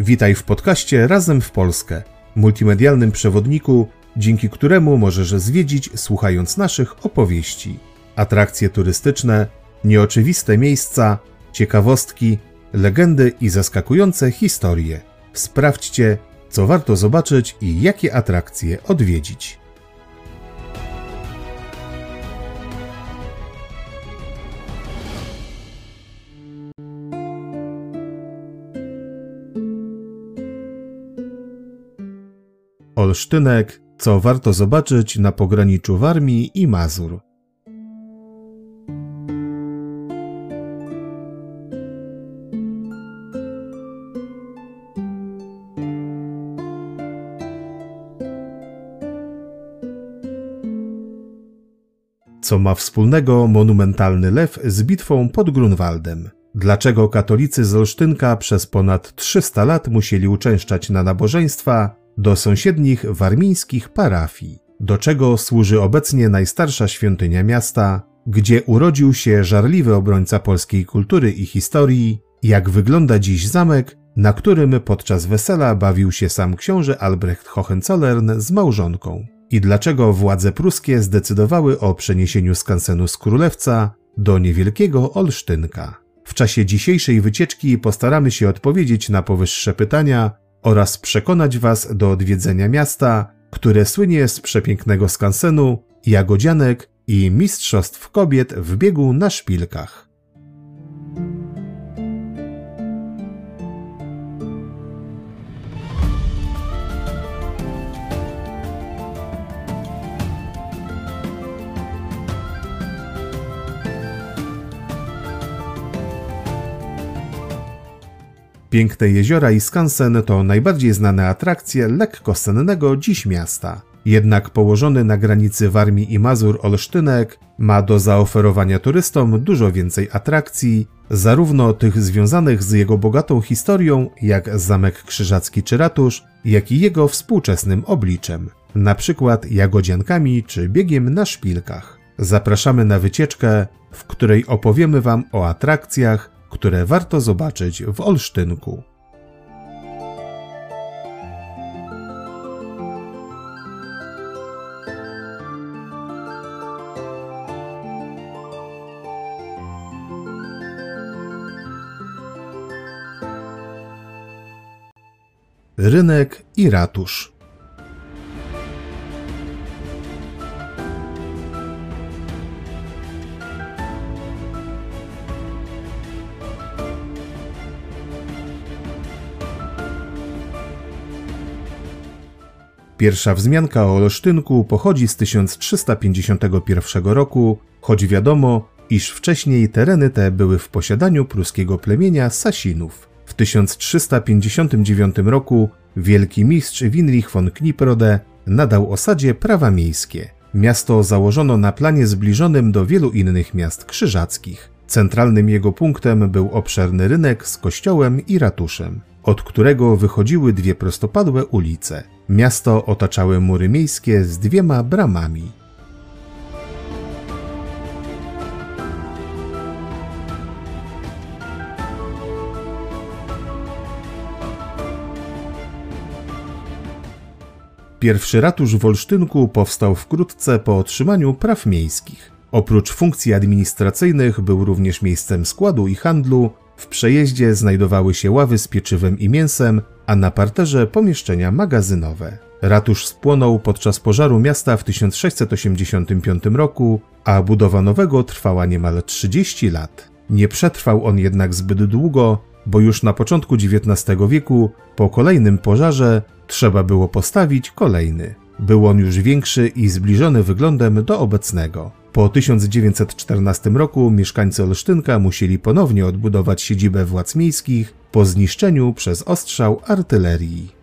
Witaj w podcaście Razem w Polskę, multimedialnym przewodniku, dzięki któremu możesz zwiedzić, słuchając naszych opowieści. Atrakcje turystyczne, nieoczywiste miejsca, ciekawostki, legendy i zaskakujące historie. Sprawdźcie, co warto zobaczyć i jakie atrakcje odwiedzić. Olsztynek, co warto zobaczyć na pograniczu Warmii i Mazur. Co ma wspólnego monumentalny lew z bitwą pod Grunwaldem? Dlaczego katolicy z Olsztynka przez ponad 300 lat musieli uczęszczać na nabożeństwa do sąsiednich warmińskich parafii? Do czego służy obecnie najstarsza świątynia miasta? Gdzie urodził się żarliwy obrońca polskiej kultury i historii? Jak wygląda dziś zamek, na którym podczas wesela bawił się sam książę Albrecht Hohenzollern z małżonką? I dlaczego władze pruskie zdecydowały o przeniesieniu skansenu z Królewca do niewielkiego Olsztynka? W czasie dzisiejszej wycieczki postaramy się odpowiedzieć na powyższe pytania oraz przekonać Was do odwiedzenia miasta, które słynie z przepięknego skansenu, jagodzianek i mistrzostw kobiet w biegu na szpilkach. Piękne jeziora i skansen to najbardziej znane atrakcje lekkosennego dziś miasta. Jednak położony na granicy Warmii i Mazur Olsztynek ma do zaoferowania turystom dużo więcej atrakcji, zarówno tych związanych z jego bogatą historią, jak Zamek Krzyżacki czy ratusz, jak i jego współczesnym obliczem, na przykład jagodziankami czy biegiem na szpilkach. Zapraszamy na wycieczkę, w której opowiemy Wam o atrakcjach, które warto zobaczyć w Olsztynku. Rynek i ratusz. Pierwsza wzmianka o Olsztynku pochodzi z 1351 roku, choć wiadomo, iż wcześniej tereny te były w posiadaniu pruskiego plemienia Sasinów. W 1359 roku wielki mistrz Winrich von Kniprode nadał osadzie prawa miejskie. Miasto założono na planie zbliżonym do wielu innych miast krzyżackich. Centralnym jego punktem był obszerny rynek z kościołem i ratuszem, od którego wychodziły dwie prostopadłe ulice. Miasto otaczały mury miejskie z dwiema bramami. Pierwszy ratusz w Olsztynku powstał wkrótce po otrzymaniu praw miejskich. Oprócz funkcji administracyjnych był również miejscem składu i handlu. W przejeździe znajdowały się ławy z pieczywem i mięsem, a na parterze pomieszczenia magazynowe. Ratusz spłonął podczas pożaru miasta w 1685 roku, a budowa nowego trwała niemal 30 lat. Nie przetrwał on jednak zbyt długo, bo już na początku XIX wieku, po kolejnym pożarze, trzeba było postawić kolejny. Był on już większy i zbliżony wyglądem do obecnego. Po 1914 roku mieszkańcy Olsztynka musieli ponownie odbudować siedzibę władz miejskich po zniszczeniu przez ostrzał artylerii.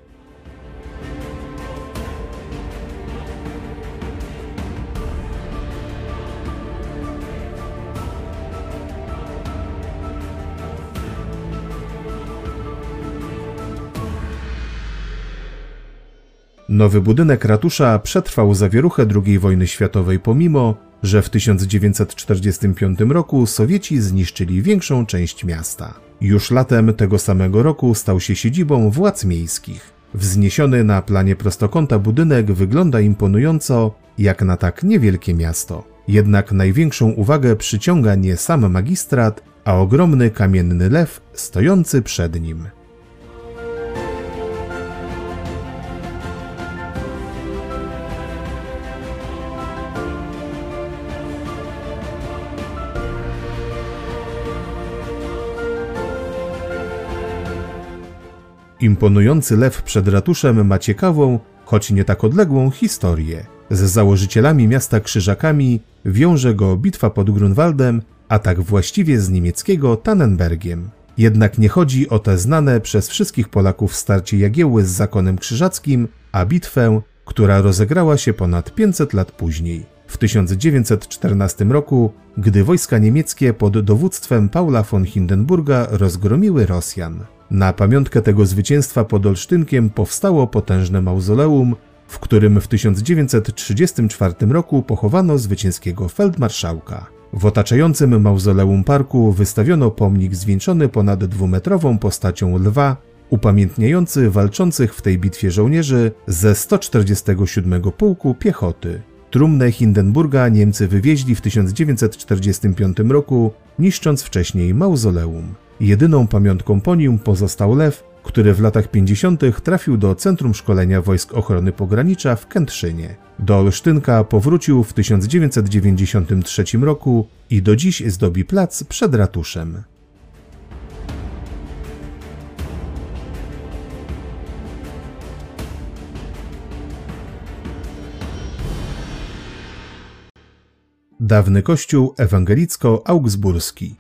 Nowy budynek ratusza przetrwał zawieruchę II wojny światowej pomimo, że w 1945 roku Sowieci zniszczyli większą część miasta. Już latem tego samego roku stał się siedzibą władz miejskich. Wzniesiony na planie prostokąta budynek wygląda imponująco jak na tak niewielkie miasto. Jednak największą uwagę przyciąga nie sam magistrat, a ogromny kamienny lew stojący przed nim. Imponujący lew przed ratuszem ma ciekawą, choć nie tak odległą historię. Z założycielami miasta Krzyżakami wiąże go bitwa pod Grunwaldem, a tak właściwie z niemieckiego Tannenbergiem. Jednak nie chodzi o te znane przez wszystkich Polaków starcie Jagiełły z zakonem krzyżackim, a bitwę, która rozegrała się ponad 500 lat później. W 1914 roku, gdy wojska niemieckie pod dowództwem Paula von Hindenburga rozgromiły Rosjan. Na pamiątkę tego zwycięstwa pod Olsztynkiem powstało potężne mauzoleum, w którym w 1934 roku pochowano zwycięskiego feldmarszałka. W otaczającym mauzoleum parku wystawiono pomnik zwieńczony ponad 2-metrową postacią lwa, upamiętniający walczących w tej bitwie żołnierzy ze 147 Pułku Piechoty. Trumnę Hindenburga Niemcy wywieźli w 1945 roku, niszcząc wcześniej mauzoleum. Jedyną pamiątką po nim pozostał lew, który w latach 50. trafił do Centrum Szkolenia Wojsk Ochrony Pogranicza w Kętrzynie. Do Olsztynka powrócił w 1993 roku i do dziś zdobi plac przed ratuszem. Dawny kościół ewangelicko-augsburski.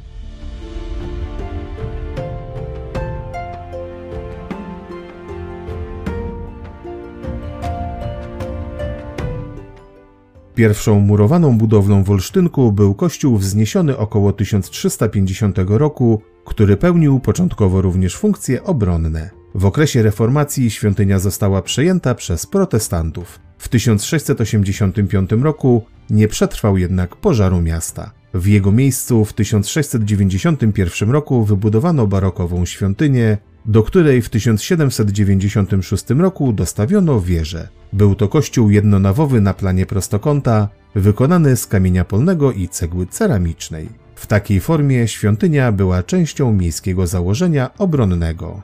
Pierwszą murowaną budowlą w Olsztynku był kościół wzniesiony około 1350 roku, który pełnił początkowo również funkcje obronne. W okresie reformacji świątynia została przejęta przez protestantów. W 1685 roku nie przetrwał jednak pożaru miasta. W jego miejscu w 1691 roku wybudowano barokową świątynię, do której w 1796 roku dostawiono wieżę. Był to kościół jednonawowy na planie prostokąta, wykonany z kamienia polnego i cegły ceramicznej. W takiej formie świątynia była częścią miejskiego założenia obronnego.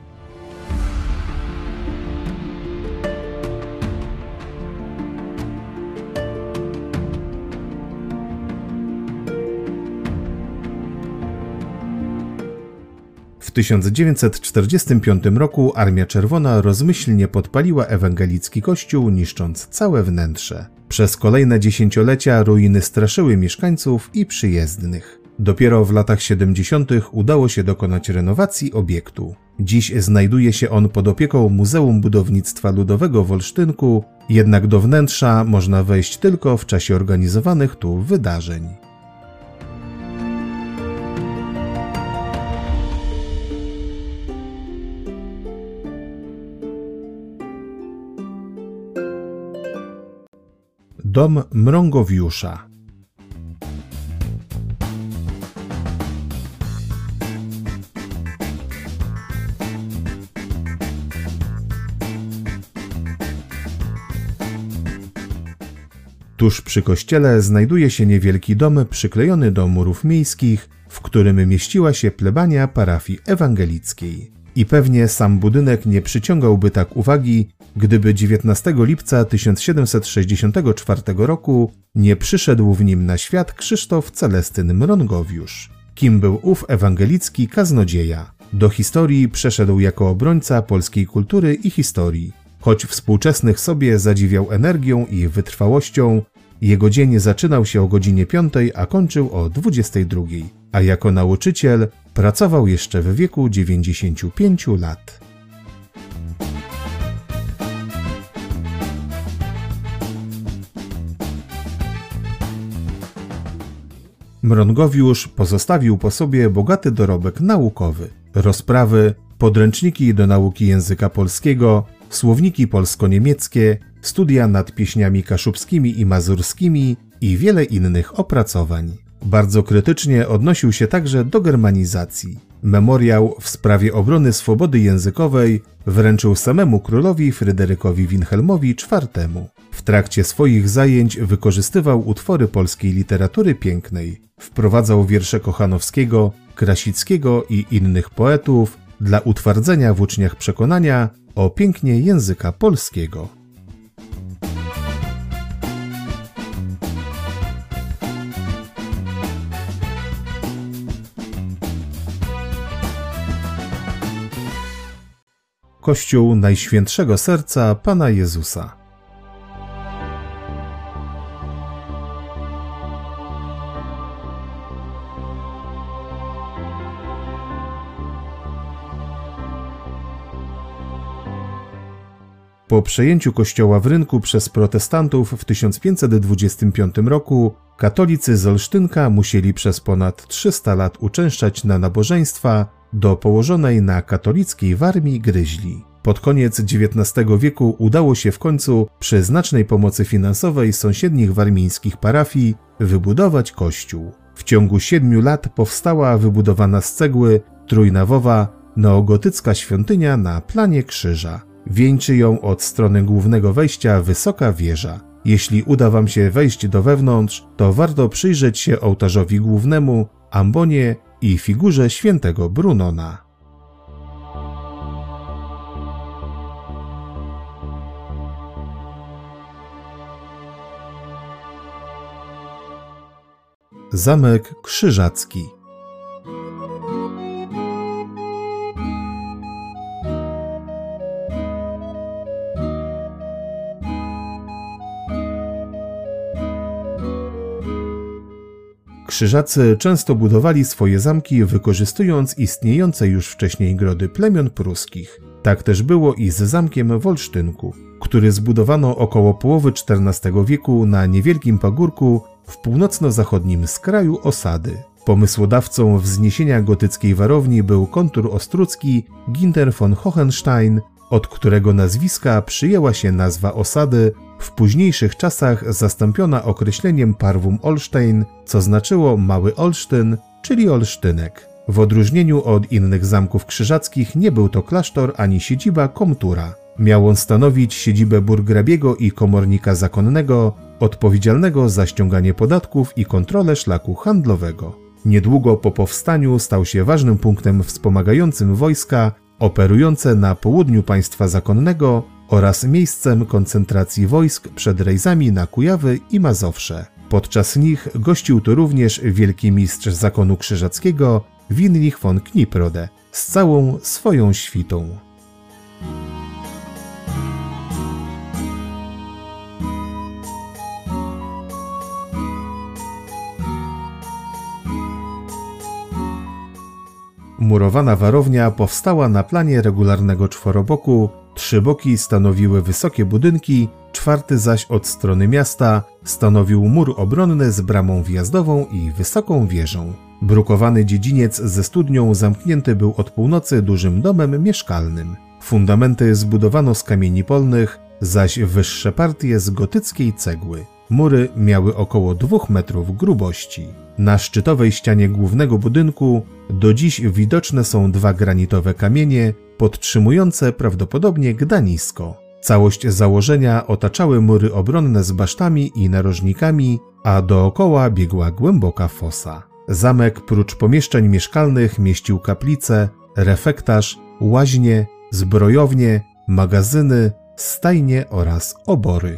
W 1945 roku Armia Czerwona rozmyślnie podpaliła ewangelicki kościół, niszcząc całe wnętrze. Przez kolejne dziesięciolecia ruiny straszyły mieszkańców i przyjezdnych. Dopiero w latach 70. udało się dokonać renowacji obiektu. Dziś znajduje się on pod opieką Muzeum Budownictwa Ludowego w Olsztynku, jednak do wnętrza można wejść tylko w czasie organizowanych tu wydarzeń. Dom Mrągowiusza. Tuż przy kościele znajduje się niewielki dom przyklejony do murów miejskich, w którym mieściła się plebania parafii ewangelickiej. I pewnie sam budynek nie przyciągałby tak uwagi, gdyby 19 lipca 1764 roku nie przyszedł w nim na świat Krzysztof Celestyn Mrągowiusz. Kim był ów ewangelicki kaznodzieja? Do historii przeszedł jako obrońca polskiej kultury i historii. Choć współczesnych sobie zadziwiał energią i wytrwałością, jego dzień zaczynał się o godzinie 5, a kończył o 22, a jako nauczyciel pracował jeszcze w wieku 95 lat. Mrągowiusz pozostawił po sobie bogaty dorobek naukowy, rozprawy, podręczniki do nauki języka polskiego, słowniki polsko-niemieckie, studia nad pieśniami kaszubskimi i mazurskimi i wiele innych opracowań. Bardzo krytycznie odnosił się także do germanizacji. Memoriał w sprawie obrony swobody językowej wręczył samemu królowi Fryderykowi Wilhelmowi IV. W trakcie swoich zajęć wykorzystywał utwory polskiej literatury pięknej. Wprowadzał wiersze Kochanowskiego, Krasickiego i innych poetów dla utwardzenia w uczniach przekonania o pięknie języka polskiego. Kościół Najświętszego Serca Pana Jezusa. Po przejęciu kościoła w Rynku przez protestantów w 1525 roku katolicy z Olsztynka musieli przez ponad 300 lat uczęszczać na nabożeństwa do położonej na katolickiej Warmii Gryźli. Pod koniec XIX wieku udało się w końcu przy znacznej pomocy finansowej sąsiednich warmińskich parafii wybudować kościół. W ciągu 7 lat powstała wybudowana z cegły trójnawowa neogotycka świątynia na planie krzyża. Wieńczy ją od strony głównego wejścia wysoka wieża. Jeśli uda wam się wejść do wewnątrz, to warto przyjrzeć się ołtarzowi głównemu, ambonie i figurze świętego Brunona. Zamek Krzyżacki. Krzyżacy często budowali swoje zamki, wykorzystując istniejące już wcześniej grody plemion pruskich. Tak też było i z zamkiem w Olsztynku, który zbudowano około połowy XIV wieku na niewielkim pagórku w północno-zachodnim skraju osady. Pomysłodawcą wzniesienia gotyckiej warowni był kontur ostrucki Ginter von Hohenstein, od którego nazwiska przyjęła się nazwa osady, w późniejszych czasach zastąpiona określeniem Parvum Olsztyn, co znaczyło Mały Olsztyn, czyli Olsztynek. W odróżnieniu od innych zamków krzyżackich nie był to klasztor ani siedziba komtura. Miał on stanowić siedzibę burgrabiego i komornika zakonnego, odpowiedzialnego za ściąganie podatków i kontrolę szlaku handlowego. Niedługo po powstaniu stał się ważnym punktem wspomagającym wojska operujące na południu państwa zakonnego oraz miejscem koncentracji wojsk przed rejzami na Kujawy i Mazowsze. Podczas nich gościł tu również wielki mistrz zakonu krzyżackiego Winrich von Kniprode z całą swoją świtą. Murowana warownia powstała na planie regularnego czworoboku, 3 boki stanowiły wysokie budynki, 4 zaś od strony miasta stanowił mur obronny z bramą wjazdową i wysoką wieżą. Brukowany dziedziniec ze studnią zamknięty był od północy dużym domem mieszkalnym. Fundamenty zbudowano z kamieni polnych, zaś wyższe partie z gotyckiej cegły. Mury miały około 2 metrów grubości. Na szczytowej ścianie głównego budynku do dziś widoczne są 2 granitowe kamienie podtrzymujące prawdopodobnie gdanisko. Całość założenia otaczały mury obronne z basztami i narożnikami, a dookoła biegła głęboka fosa. Zamek prócz pomieszczeń mieszkalnych mieścił kaplicę, refektarz, łaźnie, zbrojownie, magazyny, stajnie oraz obory.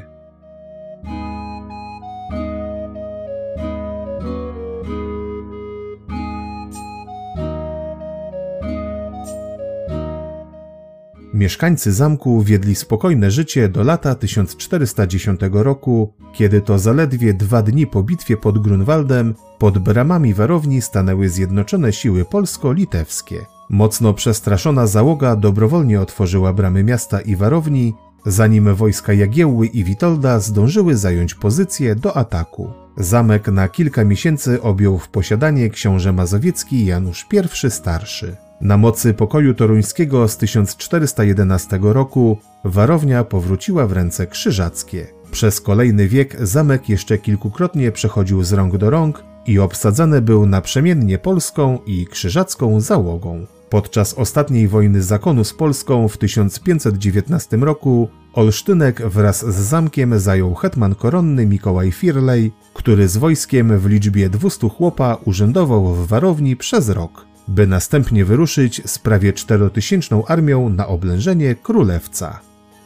Mieszkańcy zamku wiedli spokojne życie do lata 1410 roku, kiedy to zaledwie 2 dni po bitwie pod Grunwaldem pod bramami warowni stanęły zjednoczone siły polsko-litewskie. Mocno przestraszona załoga dobrowolnie otworzyła bramy miasta i warowni, zanim wojska Jagiełły i Witolda zdążyły zająć pozycję do ataku. Zamek na kilka miesięcy objął w posiadanie książę mazowiecki Janusz I Starszy. Na mocy pokoju toruńskiego z 1411 roku warownia powróciła w ręce krzyżackie. Przez kolejny wiek zamek jeszcze kilkukrotnie przechodził z rąk do rąk i obsadzany był naprzemiennie polską i krzyżacką załogą. Podczas ostatniej wojny zakonu z Polską w 1519 roku Olsztynek wraz z zamkiem zajął hetman koronny Mikołaj Firlej, który z wojskiem w liczbie 200 chłopa urzędował w warowni przez rok, by następnie wyruszyć z prawie 4000 armią na oblężenie Królewca.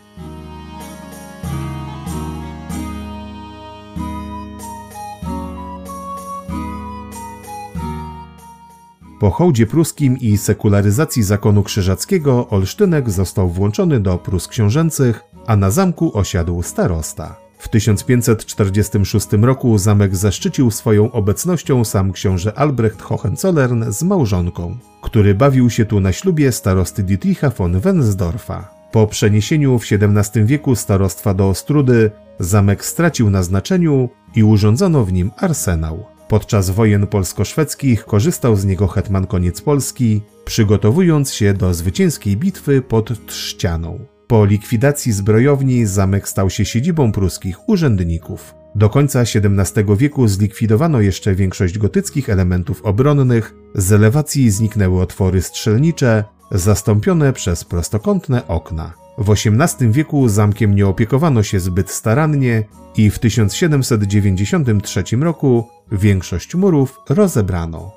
Po hołdzie pruskim i sekularyzacji zakonu krzyżackiego Olsztynek został włączony do Prus książęcych, a na zamku osiadł starosta. W 1546 roku zamek zaszczycił swoją obecnością sam książę Albrecht Hohenzollern z małżonką, który bawił się tu na ślubie starosty Dietricha von Wensdorfa. Po przeniesieniu w XVII wieku starostwa do Ostródy zamek stracił na znaczeniu i urządzono w nim arsenał. Podczas wojen polsko-szwedzkich korzystał z niego hetman Koniec Polski, przygotowując się do zwycięskiej bitwy pod Trzcianą. Po likwidacji zbrojowni zamek stał się siedzibą pruskich urzędników. Do końca XVII wieku zlikwidowano jeszcze większość gotyckich elementów obronnych, z elewacji zniknęły otwory strzelnicze, zastąpione przez prostokątne okna. W XVIII wieku zamkiem nie opiekowano się zbyt starannie i w 1793 roku większość murów rozebrano.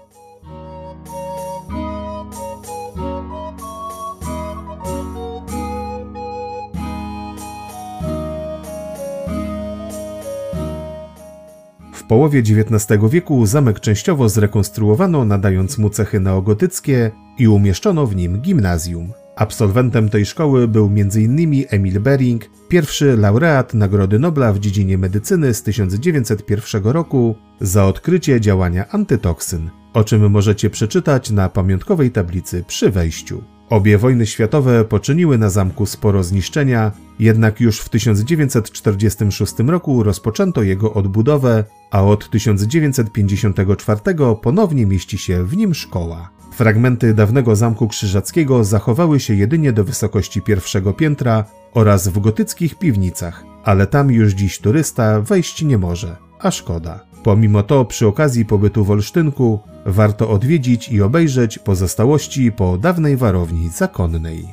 W połowie XIX wieku zamek częściowo zrekonstruowano, nadając mu cechy neogotyckie i umieszczono w nim gimnazjum. Absolwentem tej szkoły był m.in. Emil Bering, pierwszy laureat Nagrody Nobla w dziedzinie medycyny z 1901 roku za odkrycie działania antytoksyn, o czym możecie przeczytać na pamiątkowej tablicy przy wejściu. Obie wojny światowe poczyniły na zamku sporo zniszczenia, jednak już w 1946 roku rozpoczęto jego odbudowę, a od 1954 ponownie mieści się w nim szkoła. Fragmenty dawnego zamku krzyżackiego zachowały się jedynie do wysokości pierwszego piętra oraz w gotyckich piwnicach, ale tam już dziś turysta wejść nie może, a szkoda. Pomimo to przy okazji pobytu w Olsztynku warto odwiedzić i obejrzeć pozostałości po dawnej warowni zakonnej.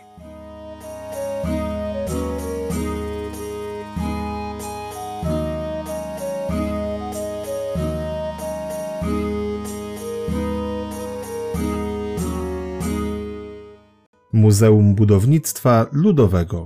Muzeum Budownictwa Ludowego.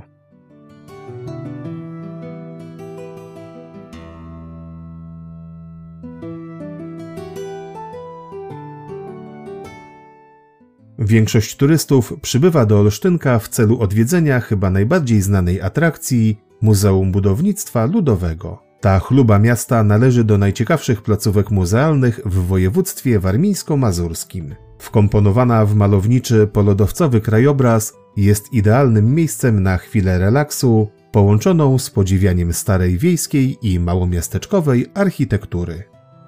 Większość turystów przybywa do Olsztynka w celu odwiedzenia chyba najbardziej znanej atrakcji Muzeum Budownictwa Ludowego. Ta chluba miasta należy do najciekawszych placówek muzealnych w województwie warmińsko-mazurskim. Wkomponowana w malowniczy, polodowcowy krajobraz jest idealnym miejscem na chwilę relaksu, połączoną z podziwianiem starej wiejskiej i małomiasteczkowej architektury.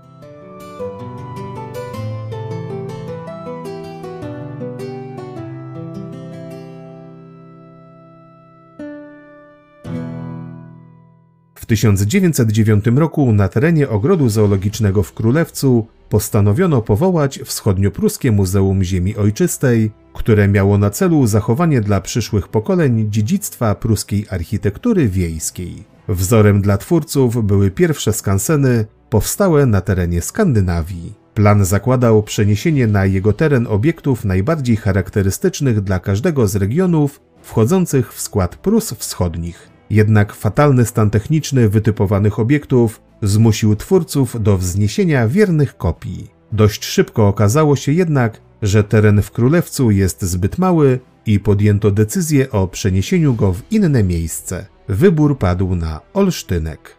W 1909 roku na terenie Ogrodu Zoologicznego w Królewcu postanowiono powołać Wschodniopruskie Muzeum Ziemi Ojczystej, które miało na celu zachowanie dla przyszłych pokoleń dziedzictwa pruskiej architektury wiejskiej. Wzorem dla twórców były pierwsze skanseny powstałe na terenie Skandynawii. Plan zakładał przeniesienie na jego teren obiektów najbardziej charakterystycznych dla każdego z regionów wchodzących w skład Prus Wschodnich. Jednak fatalny stan techniczny wytypowanych obiektów zmusił twórców do wzniesienia wiernych kopii. Dość szybko okazało się jednak, że teren w Królewcu jest zbyt mały i podjęto decyzję o przeniesieniu go w inne miejsce. Wybór padł na Olsztynek.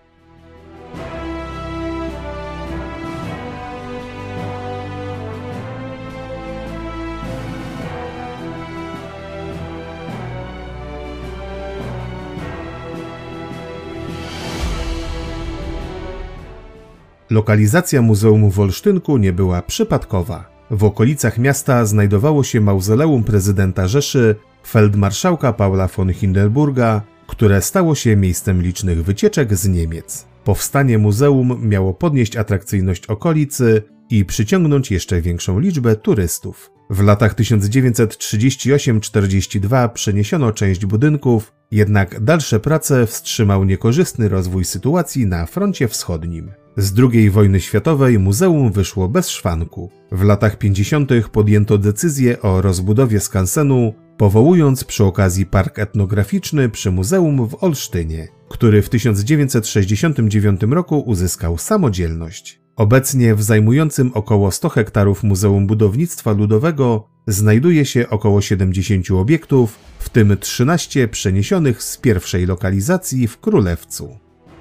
Lokalizacja muzeum w Olsztynku nie była przypadkowa. W okolicach miasta znajdowało się mauzoleum prezydenta Rzeszy, feldmarszałka Paula von Hindenburga, które stało się miejscem licznych wycieczek z Niemiec. Powstanie muzeum miało podnieść atrakcyjność okolicy i przyciągnąć jeszcze większą liczbę turystów. W latach 1938–42 przeniesiono część budynków, jednak dalsze prace wstrzymał niekorzystny rozwój sytuacji na froncie wschodnim. Z II wojny światowej muzeum wyszło bez szwanku. W latach 50. podjęto decyzję o rozbudowie skansenu, powołując przy okazji park etnograficzny przy muzeum w Olsztynie, który w 1969 roku uzyskał samodzielność. Obecnie w zajmującym około 100 hektarów Muzeum Budownictwa Ludowego znajduje się około 70 obiektów, w tym 13 przeniesionych z pierwszej lokalizacji w Królewcu.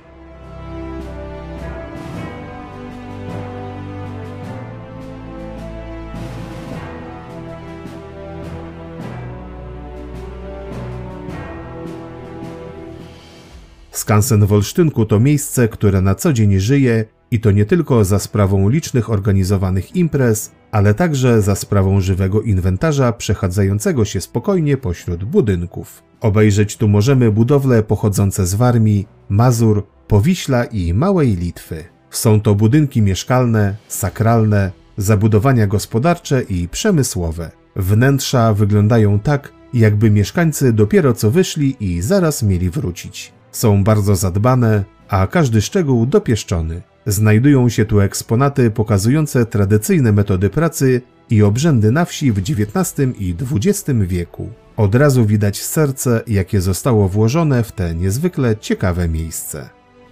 Skansen w Olsztynku to miejsce, które na co dzień żyje i to nie tylko za sprawą licznych organizowanych imprez, ale także za sprawą żywego inwentarza przechadzającego się spokojnie pośród budynków. Obejrzeć tu możemy budowle pochodzące z Warmii, Mazur, Powiśla i Małej Litwy. Są to budynki mieszkalne, sakralne, zabudowania gospodarcze i przemysłowe. Wnętrza wyglądają tak, jakby mieszkańcy dopiero co wyszli i zaraz mieli wrócić. Są bardzo zadbane, a każdy szczegół dopieszczony. Znajdują się tu eksponaty pokazujące tradycyjne metody pracy i obrzędy na wsi w XIX i XX wieku. Od razu widać serce, jakie zostało włożone w te niezwykle ciekawe miejsce.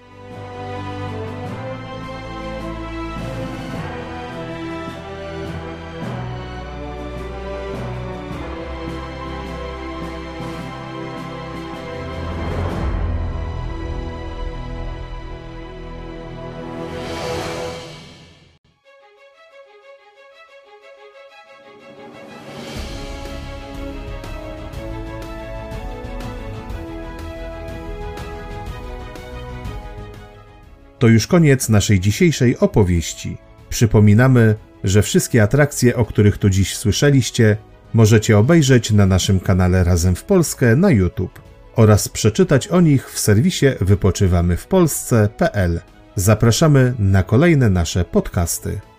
To już koniec naszej dzisiejszej opowieści. Przypominamy, że wszystkie atrakcje, o których tu dziś słyszeliście, możecie obejrzeć na naszym kanale Razem w Polskę na YouTube oraz przeczytać o nich w serwisie wypoczywamywpolsce.pl. Zapraszamy na kolejne nasze podcasty.